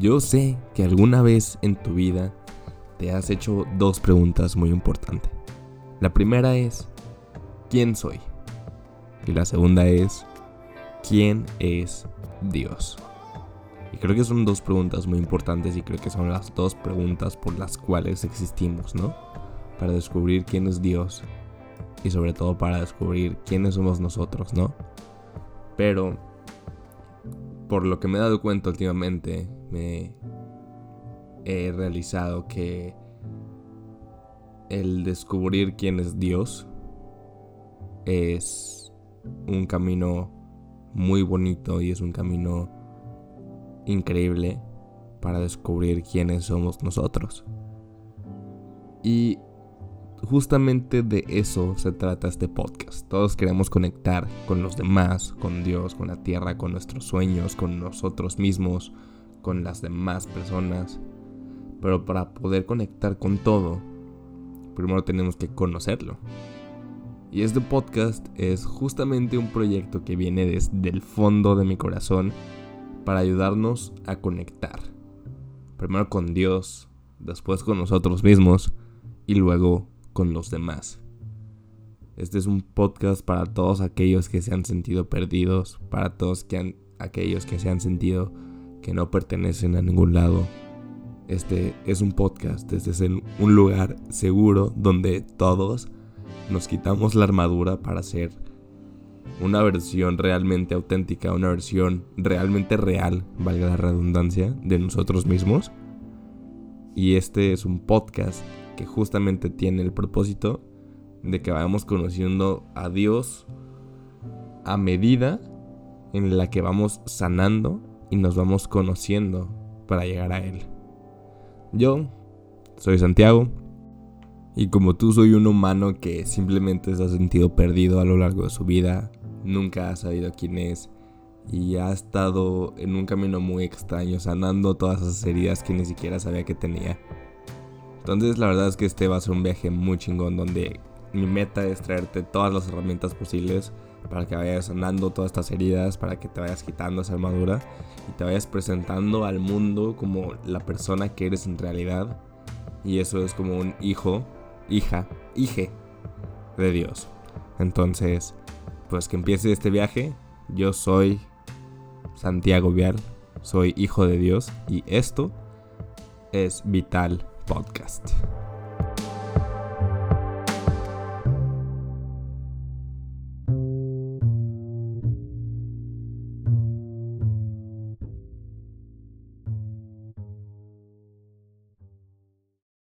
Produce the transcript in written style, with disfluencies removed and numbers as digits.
Yo sé que alguna vez en tu vida te has hecho dos preguntas muy importantes. La primera es, ¿quién soy? Y la segunda es, ¿quién es Dios? Y creo que son dos preguntas muy importantes y creo que son las dos preguntas por las cuales existimos, ¿no? Para descubrir quién es Dios y sobre todo para descubrir quiénes somos nosotros, ¿no? Pero por lo que me he dado cuenta últimamente, me he realizado que el descubrir quién es Dios es un camino muy bonito y es un camino increíble para descubrir quiénes somos nosotros. Y justamente de eso se trata este podcast. Todos queremos conectar con los demás, con Dios, con la tierra, con nuestros sueños, con nosotros mismos, con las demás personas. Pero para poder conectar con todo, primero tenemos que conocerlo. Y este podcast es justamente un proyecto que viene desde el fondo de mi corazón para ayudarnos a conectar. Primero con Dios, después con nosotros mismos y luego con los demás. Este es un podcast para todos aquellos que se han sentido perdidos, para todos aquellos que se han sentido que no pertenecen a ningún lado. Este es un podcast, este es un lugar seguro donde todos nos quitamos la armadura para ser una versión realmente auténtica, una versión realmente real, valga la redundancia, de nosotros mismos. Y este es un podcast que justamente tiene el propósito de que vayamos conociendo a Dios a medida en la que vamos sanando y nos vamos conociendo para llegar a Él. Yo soy Santiago y como tú soy un humano que simplemente se ha sentido perdido a lo largo de su vida, nunca ha sabido quién es y ha estado en un camino muy extraño sanando todas esas heridas que ni siquiera sabía que tenía. Entonces la verdad es que este va a ser un viaje muy chingón donde mi meta es traerte todas las herramientas posibles para que vayas sanando todas estas heridas, para que te vayas quitando esa armadura y te vayas presentando al mundo como la persona que eres en realidad. Y eso es como un hijo, hija, hije de Dios. Entonces, pues que empiece este viaje. Yo soy Santiago Vial, soy hijo de Dios y esto es Vital Podcast.